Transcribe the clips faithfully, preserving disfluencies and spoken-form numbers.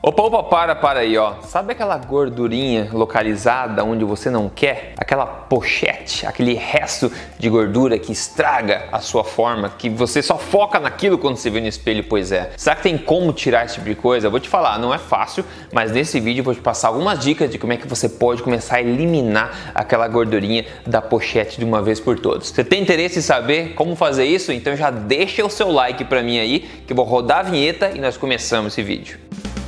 Opa, opa, para, para aí, ó. Sabe aquela gordurinha localizada onde você não quer? Aquela pochete, aquele resto de gordura que estraga a sua forma, que você só foca naquilo quando se vê no espelho, pois é. Será que tem como tirar esse tipo de coisa? Eu vou te falar, não é fácil, mas nesse vídeo eu vou te passar algumas dicas de como é que você pode começar a eliminar aquela gordurinha da pochete de uma vez por todas. Você tem interesse em saber como fazer isso? Então já deixa o seu like pra mim aí, que eu vou rodar a vinheta e nós começamos esse vídeo.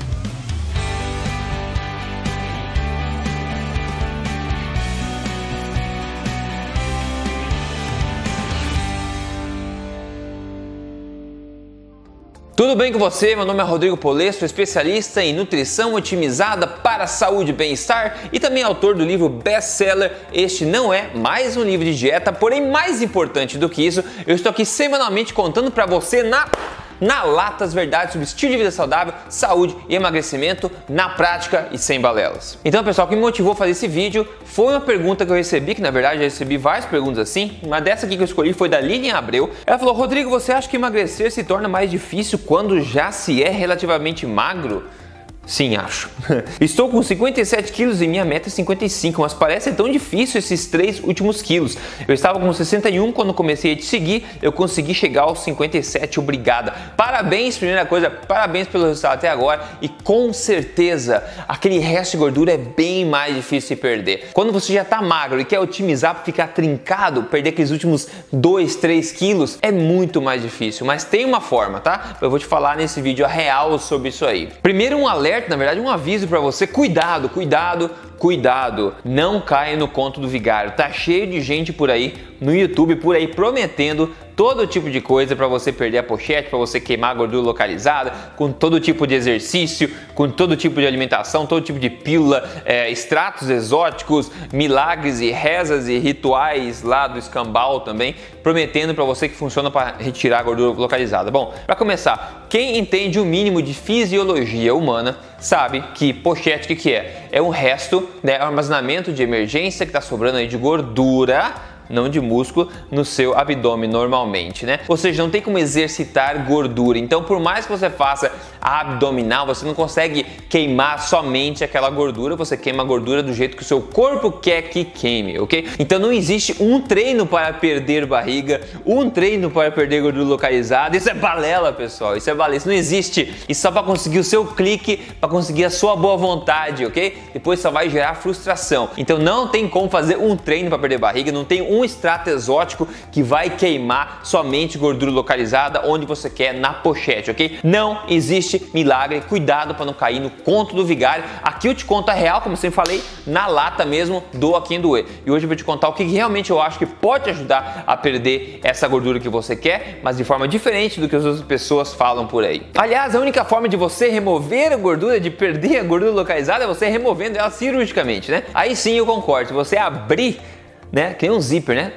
Tudo bem com você? Meu nome é Rodrigo Polê, sou especialista em nutrição otimizada para saúde e bem-estar e também autor do livro best-seller Este Não É Mais Um Livro de Dieta, porém mais importante do que isso, eu estou aqui semanalmente contando para você na... na lata as verdades sobre estilo de vida saudável, saúde e emagrecimento na prática e sem balelas. Então, pessoal, o que me motivou a fazer esse vídeo foi uma pergunta que eu recebi, que na verdade eu recebi várias perguntas assim, uma dessa aqui que eu escolhi foi da Lilian Abreu. Ela falou: Rodrigo, você acha que emagrecer se torna mais difícil quando já se é relativamente magro? Sim, acho. Estou com cinquenta e sete quilos e minha meta é cinquenta e cinco, mas parece tão difícil esses três últimos quilos. Eu estava com sessenta e um quando comecei a te seguir, eu consegui chegar aos cinquenta e sete, obrigada. Parabéns, primeira coisa, parabéns pelo resultado até agora e com certeza aquele resto de gordura é bem mais difícil de perder. Quando você já está magro e quer otimizar para ficar trincado, perder aqueles últimos dois, três quilos, é muito mais difícil, mas tem uma forma, tá? Eu vou te falar nesse vídeo a real sobre isso aí. Primeiro um alerta, na verdade um aviso para você: cuidado, cuidado, cuidado, não caia no conto do vigário. Tá cheio de gente por aí no YouTube, por aí prometendo todo tipo de coisa para você perder a pochete, para você queimar a gordura localizada, com todo tipo de exercício, com todo tipo de alimentação, todo tipo de pílula, é, extratos exóticos, milagres e rezas e rituais lá do escambau também, prometendo para você que funciona para retirar a gordura localizada. Bom, para começar, quem entende o mínimo de fisiologia humana sabe que pochete o que, que é? É um resto, né, armazenamento de emergência que está sobrando aí de gordura, não de músculo, no seu abdômen normalmente, né? Ou seja, não tem como exercitar gordura. Então, por mais que você faça a abdominal, você não consegue queimar somente aquela gordura, você queima a gordura do jeito que o seu corpo quer que queime, ok? Então não existe um treino para perder barriga, um treino para perder gordura localizada. Isso é balela, pessoal, isso é balela, isso não existe. Isso só para conseguir o seu clique, para conseguir a sua boa vontade, ok? Depois só vai gerar frustração. Então não tem como fazer um treino para perder barriga, não tem um um extrato exótico que vai queimar somente gordura localizada onde você quer, na pochete, ok? Não existe milagre, cuidado para não cair no conto do vigário. Aqui eu te conto a real, como eu sempre falei, na lata mesmo, doa quem doer. E hoje eu vou te contar o que realmente eu acho que pode te ajudar a perder essa gordura que você quer, mas de forma diferente do que as outras pessoas falam por aí. Aliás, a única forma de você remover a gordura, de perder a gordura localizada, é você removendo ela cirurgicamente, né? Aí sim eu concordo, se você abrir, né, que nem um zíper, né?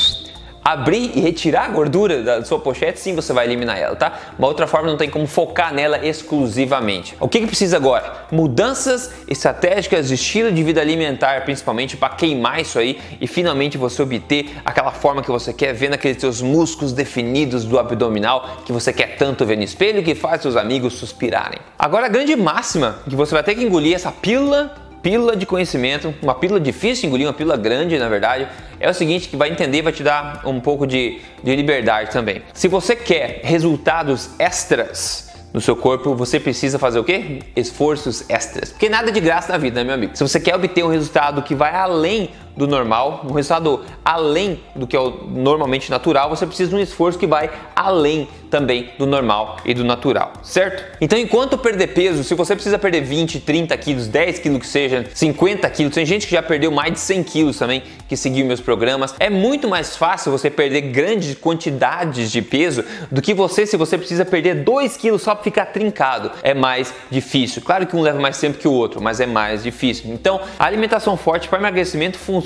Abrir e retirar a gordura da sua pochete, sim, você vai eliminar ela, tá? Uma outra forma, não tem como focar nela exclusivamente. O que que precisa agora? Mudanças estratégicas de estilo de vida alimentar, principalmente para queimar isso aí e finalmente você obter aquela forma que você quer, vendo aqueles seus músculos definidos do abdominal que você quer tanto ver no espelho, que faz seus amigos suspirarem. Agora a grande máxima que você vai ter que engolir essa pílula Pílula de conhecimento, uma pílula difícil de engolir, uma pílula grande na verdade, é o seguinte, que vai entender, vai te dar um pouco de, de liberdade também. Se você quer resultados extras no seu corpo, você precisa fazer o quê? Esforços extras, porque nada é de graça na vida, né, meu amigo? Se você quer obter um resultado que vai além do normal, um resultado além do que é o normalmente natural, você precisa de um esforço que vai além também do normal e do natural, certo? Então, enquanto perder peso, se você precisa perder vinte, trinta quilos, dez quilos que seja, cinquenta quilos, tem gente que já perdeu mais de cem quilos também, que seguiu meus programas, é muito mais fácil você perder grandes quantidades de peso do que você, se você precisa perder dois quilos só para ficar trincado. É mais difícil. Claro que um leva mais tempo que o outro, mas é mais difícil. Então, a alimentação forte para emagrecimento funciona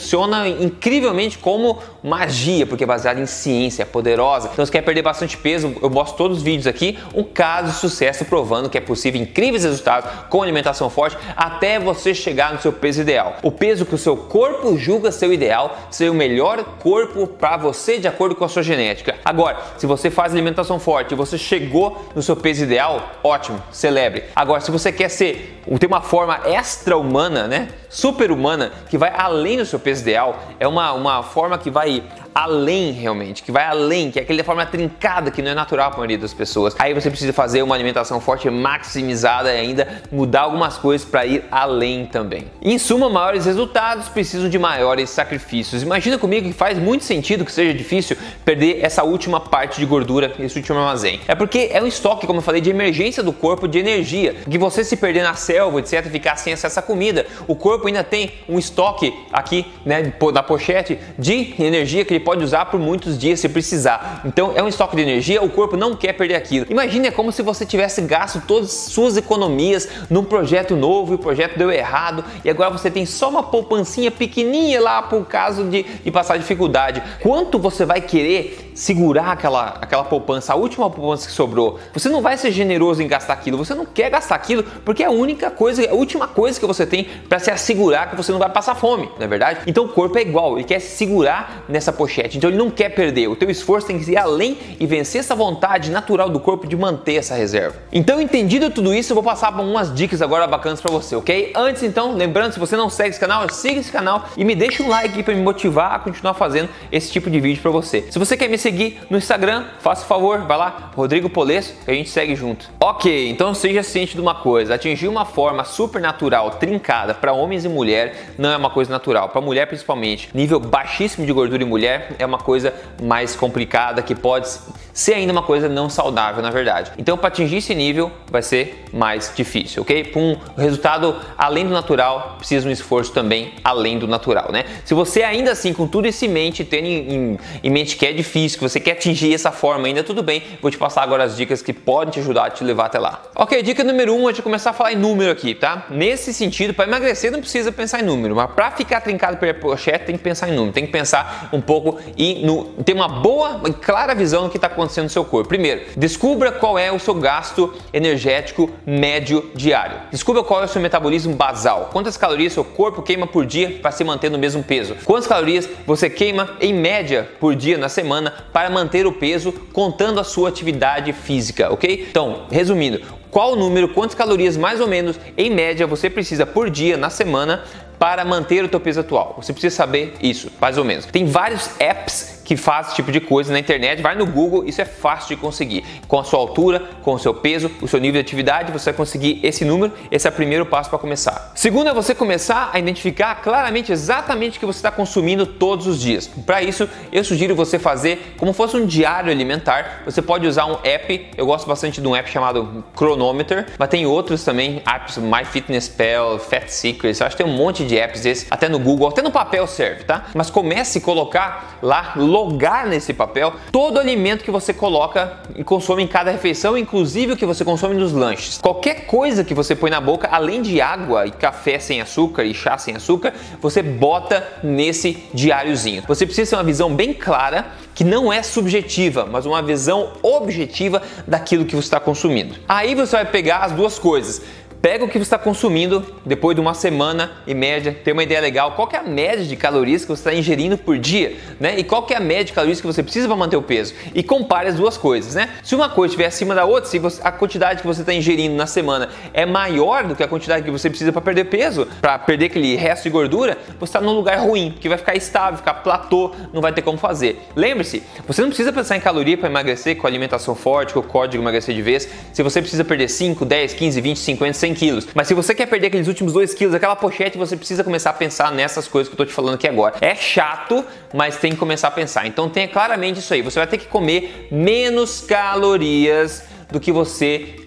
funciona incrivelmente como magia, porque é baseada em ciência, é poderosa. Então, se quer perder bastante peso, eu mostro todos os vídeos aqui, um caso de sucesso provando que é possível incríveis resultados com alimentação forte até você chegar no seu peso ideal. O peso que o seu corpo julga ser o ideal, ser o melhor corpo para você de acordo com a sua genética. Agora, se você faz alimentação forte e você chegou no seu peso ideal, ótimo, celebre. Agora, se você quer ser, ter uma forma extra-humana, né, super-humana, que vai além do seu peso ideal, é uma, uma forma que vai além realmente, que vai além, que é aquela forma trincada que não é natural para a maioria das pessoas. Aí você precisa fazer uma alimentação forte maximizada e ainda mudar algumas coisas para ir além também. Em suma, maiores resultados precisam de maiores sacrifícios. Imagina comigo que faz muito sentido que seja difícil perder essa última parte de gordura, esse último armazém. É porque é um estoque, como eu falei, de emergência do corpo de energia. Que você se perder na selva, etcétera, ficar sem acesso à comida, o corpo ainda tem um estoque aqui, né, na pochete de energia que ele pode usar por muitos dias se precisar. Então é um estoque de energia, o corpo não quer perder aquilo. Imagine, é como se você tivesse gasto todas as suas economias num projeto novo e o projeto deu errado e agora você tem só uma poupancinha pequenininha lá por caso de, de passar dificuldade. Quanto você vai querer segurar aquela, aquela poupança, a última poupança que sobrou? Você não vai ser generoso em gastar aquilo, você não quer gastar aquilo porque é a única coisa, a última coisa que você tem para se assegurar que você não vai passar fome, não é verdade? Então o corpo é igual, ele quer se segurar nessa pochete. Então ele não quer perder, o teu esforço tem que ir além e vencer essa vontade natural do corpo de manter essa reserva. Então, entendido tudo isso, eu vou passar algumas dicas agora bacanas para você, ok? Antes então, lembrando, se você não segue esse canal, siga esse canal e me deixa um like para me motivar a continuar fazendo esse tipo de vídeo para você. Se você quer me seguir no Instagram, faça o favor, vai lá, Rodrigo Polesso, que a gente segue junto. Ok, então seja ciente de uma coisa, atingir uma forma super natural, trincada para homens e mulher não é uma coisa natural, para mulher principalmente, nível baixíssimo de gordura em mulher é uma coisa mais complicada que pode ser ainda uma coisa não saudável, na verdade. Então, para atingir esse nível vai ser mais difícil, ok? Para um resultado além do natural, precisa um esforço também além do natural, né? Se você ainda assim, com tudo isso em mente, tendo em, em, em mente que é difícil, que você quer atingir essa forma ainda, tudo bem, vou te passar agora as dicas que podem te ajudar a te levar até lá. Ok, dica número um, antes de começar a falar em número aqui, tá? Nesse sentido, para emagrecer não precisa pensar em número, mas para ficar trincado pela pochete tem que pensar em número, tem que pensar um pouco e no, ter uma boa e clara visão do que está acontecendo no seu corpo. Primeiro, descubra qual é o seu gasto energético médio diário. Descubra qual é o seu metabolismo basal. Quantas calorias seu corpo queima por dia para se manter no mesmo peso? Quantas calorias você queima em média por dia na semana para manter o peso, contando a sua atividade física, ok? Então, resumindo, qual o número, quantas calorias mais ou menos em média você precisa por dia na semana para manter o teu peso atual? Você precisa saber isso, mais ou menos. Tem vários apps que fazem esse tipo de coisa na internet, vai no Google, isso é fácil de conseguir. Com a sua altura, com o seu peso, o seu nível de atividade, você vai conseguir esse número, esse é o primeiro passo para começar. Segundo é você começar a identificar claramente exatamente o que você está consumindo todos os dias. Para isso, eu sugiro você fazer como fosse um diário alimentar. Você pode usar um app, eu gosto bastante de um app chamado Chronometer, mas tem outros também, apps MyFitnessPal, Fat Secrets, eu acho que tem um monte de apps desses, até no Google, até no papel serve, tá? Mas comece a colocar lá, logar nesse papel todo o alimento que você coloca e consome em cada refeição, inclusive o que você consome nos lanches. Qualquer coisa que você põe na boca, além de água e café sem açúcar e chá sem açúcar, você bota nesse diáriozinho. Você precisa ter uma visão bem clara, que não é subjetiva, mas uma visão objetiva daquilo que você está consumindo. Aí você vai pegar as duas coisas. Pega o que você está consumindo depois de uma semana em média, tem uma ideia legal, qual que é a média de calorias que você está ingerindo por dia, né? E qual que é a média de calorias que você precisa para manter o peso? E compare as duas coisas, né? Se uma coisa estiver acima da outra, se você, a quantidade que você está ingerindo na semana é maior do que a quantidade que você precisa para perder peso, para perder aquele resto de gordura, você está num lugar ruim, porque vai ficar estável, ficar platô, não vai ter como fazer. Lembre-se, você não precisa pensar em caloria para emagrecer com alimentação forte, com o código emagrecer de vez, se você precisa perder cinco, dez, quinze, vinte, cinquenta, cem quilos. Mas se você quer perder aqueles últimos dois quilos, aquela pochete, você precisa começar a pensar nessas coisas que eu tô te falando aqui agora. É chato, mas tem que começar a pensar. Então tenha claramente isso aí. Você vai ter que comer menos calorias do que você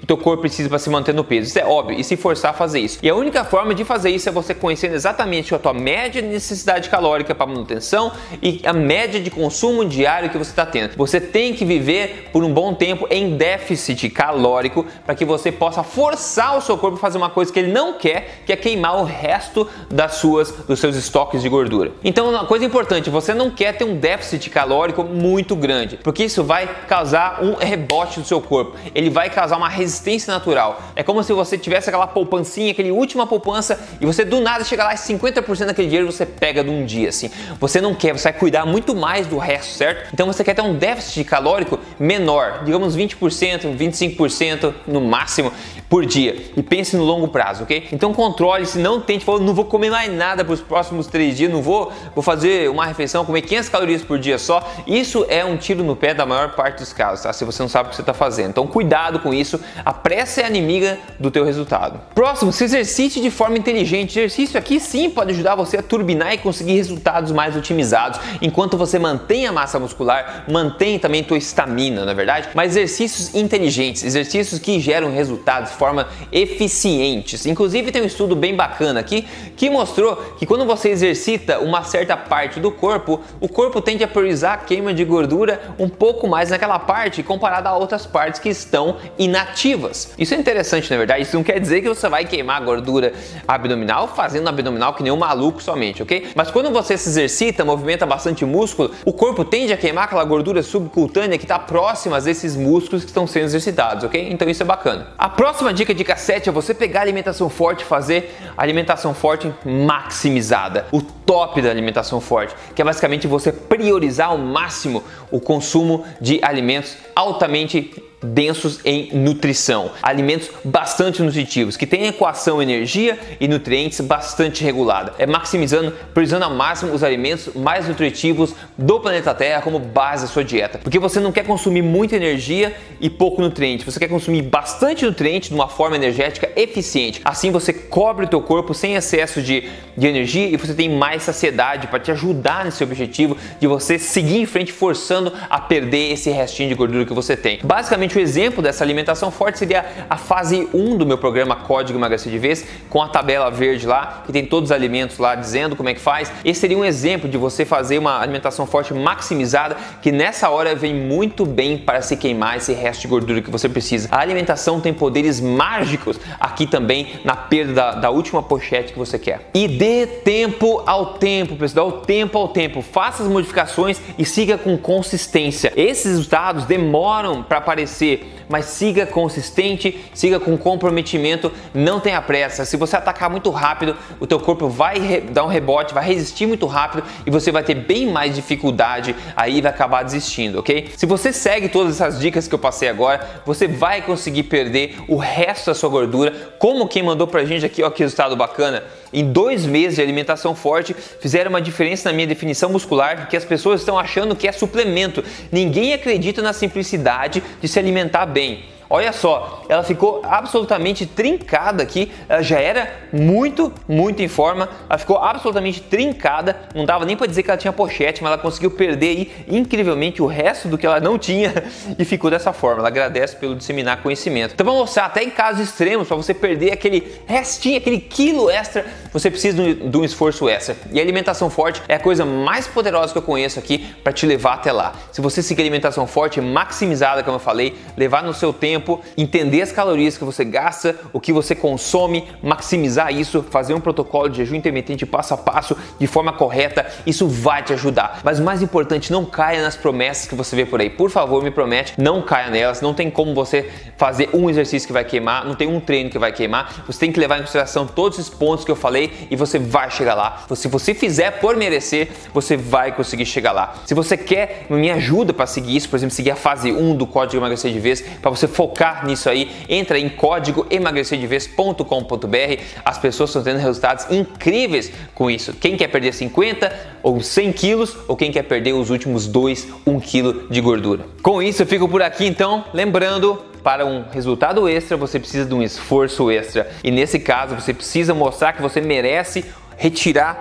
o teu corpo precisa para se manter no peso. Isso é óbvio, e se forçar a fazer isso. E a única forma de fazer isso é você conhecendo exatamente a tua média de necessidade calórica para manutenção e a média de consumo diário que você está tendo. Você tem que viver por um bom tempo em déficit calórico para que você possa forçar o seu corpo a fazer uma coisa que ele não quer, que é queimar o resto das suas, dos seus estoques de gordura. Então, uma coisa importante, você não quer ter um déficit calórico muito grande, porque isso vai causar um rebote do seu corpo. Ele vai causar uma resistência natural. É como se você tivesse aquela poupancinha, aquele última poupança, e você do nada chega lá e cinquenta por cento daquele dinheiro você pega de um dia, assim. Você não quer, você vai cuidar muito mais do resto, certo? Então você quer ter um déficit calórico menor, digamos vinte por cento, vinte e cinco por cento no máximo por dia. E pense no longo prazo, ok? Então controle-se, não tente falar, não vou comer mais nada para os próximos três dias, não vou, vou fazer uma refeição, comer quinhentas calorias por dia só. Isso é um tiro no pé da maior parte dos casos, tá? Se você não sabe o que você está fazendo. Então cuidado com isso, a pressa é inimiga do teu resultado. Próximo, se exercite de forma inteligente. Exercício aqui sim pode ajudar você a turbinar e conseguir resultados mais otimizados, enquanto você mantém a massa muscular, mantém também tua estamina, não é verdade? Mas exercícios inteligentes, exercícios que geram resultados de forma eficientes. Inclusive tem um estudo bem bacana aqui que mostrou que quando você exercita uma certa parte do corpo, o corpo tende a priorizar a queima de gordura um pouco mais naquela parte comparado a outras partes que estão inativas. Isso é interessante, na verdade. Isso não quer dizer que você vai queimar gordura abdominal fazendo abdominal que nem um maluco somente, ok? Mas quando você se exercita, movimenta bastante músculo, o corpo tende a queimar aquela gordura subcutânea que está próxima desses músculos que estão sendo exercitados, ok? Então isso é bacana. A próxima dica, dica sete, é você pegar a alimentação forte e fazer a alimentação forte maximizada. O top da alimentação forte, que é basicamente você priorizar ao máximo o consumo de alimentos altamente densos em nutrição, alimentos bastante nutritivos, que têm equação energia e nutrientes bastante regulada. É maximizando, priorizando ao máximo os alimentos mais nutritivos do planeta Terra como base da sua dieta, porque você não quer consumir muita energia e pouco nutriente, você quer consumir bastante nutriente de uma forma energética eficiente. Assim você cobre o teu corpo sem excesso de, de energia e você tem mais saciedade para te ajudar nesse objetivo de você seguir em frente forçando a perder esse restinho de gordura que você tem. Basicamente, o exemplo dessa alimentação forte seria a fase um do meu programa Código Emagrecer de Vez, com a tabela verde lá, que tem todos os alimentos lá dizendo como é que faz. Esse seria um exemplo de você fazer uma alimentação forte maximizada, que nessa hora vem muito bem para se queimar esse resto de gordura que você precisa. A alimentação tem poderes mágicos aqui também na perda da, da última pochete que você quer. E dê tempo ao tempo, pessoal, dê tempo ao tempo. Faça as modificações e siga com consistência. Esses resultados demoram para aparecer, mas siga consistente, siga com comprometimento, não tenha pressa. Se você atacar muito rápido, o teu corpo vai dar um rebote, vai resistir muito rápido e você vai ter bem mais dificuldade, aí vai acabar desistindo, ok? Se você segue todas essas dicas que eu passei agora, você vai conseguir perder o resto da sua gordura, como quem mandou pra gente aqui, ó, que resultado bacana. Em dois meses de alimentação forte, fizeram uma diferença na minha definição muscular, que as pessoas estão achando que é suplemento. Ninguém acredita na simplicidade de se alimentar bem. Olha só, ela ficou absolutamente trincada aqui, ela já era muito, muito em forma, ela ficou absolutamente trincada, não dava nem para dizer que ela tinha pochete, mas ela conseguiu perder aí incrivelmente o resto do que ela não tinha e ficou dessa forma. Ela agradece pelo disseminar conhecimento. Então vamos mostrar até em casos extremos, para você perder aquele restinho, aquele quilo extra, você precisa de um esforço extra. E a alimentação forte é a coisa mais poderosa que eu conheço aqui para te levar até lá. Se você seguir a alimentação forte, maximizada, como eu falei, levar no seu tempo, entender as calorias que você gasta, o que você consome, maximizar isso, fazer um protocolo de jejum intermitente passo a passo de forma correta, isso vai te ajudar. Mas o mais importante, não caia nas promessas que você vê por aí. Por favor, me promete, não caia nelas. Não tem como você fazer um exercício que vai queimar, não tem um treino que vai queimar. Você tem que levar em consideração todos esses pontos que eu falei e você vai chegar lá. Se você fizer por merecer, você vai conseguir chegar lá. Se você quer me ajuda para seguir isso, por exemplo, seguir a fase um do Código Emagrecer de Vez, para você focar nisso aí, entra em código emagrecer de vez ponto com ponto b r. As pessoas estão tendo resultados incríveis com isso. Quem quer perder cinquenta ou cem quilos, ou quem quer perder os últimos dois, um quilo de gordura. Com isso eu fico por aqui então, lembrando, para um resultado extra você precisa de um esforço extra. E nesse caso você precisa mostrar que você merece retirar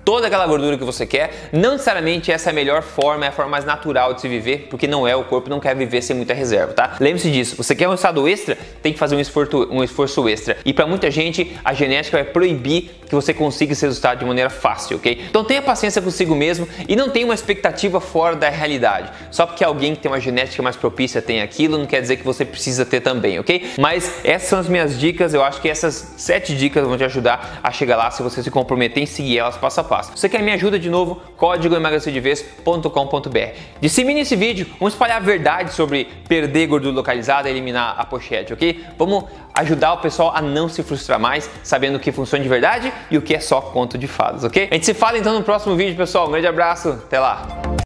toda aquela gordura que você quer. Não necessariamente essa é a melhor forma, é a forma mais natural de se viver, porque não é, o corpo não quer viver sem muita reserva, tá? Lembre-se disso, você quer um resultado extra, tem que fazer um esforço, um esforço extra. E para muita gente, a genética vai proibir que você consiga esse resultado de maneira fácil, ok? Então tenha paciência consigo mesmo e não tenha uma expectativa fora da realidade. Só porque alguém que tem uma genética mais propícia tem aquilo, não quer dizer que você precisa ter também, ok? Mas essas são as minhas dicas, eu acho que essas sete dicas vão te ajudar a chegar lá se você se comprometer em seguir elas passo a passo. Se você quer me ajuda de novo, código emagrecer de vez ponto com ponto br. Dissemine esse vídeo, vamos espalhar a verdade sobre perder gordura localizada e eliminar a pochete, ok? Vamos ajudar o pessoal a não se frustrar mais, sabendo o que funciona de verdade e o que é só conto de fadas, ok? A gente se fala então no próximo vídeo, pessoal. Um grande abraço, até lá!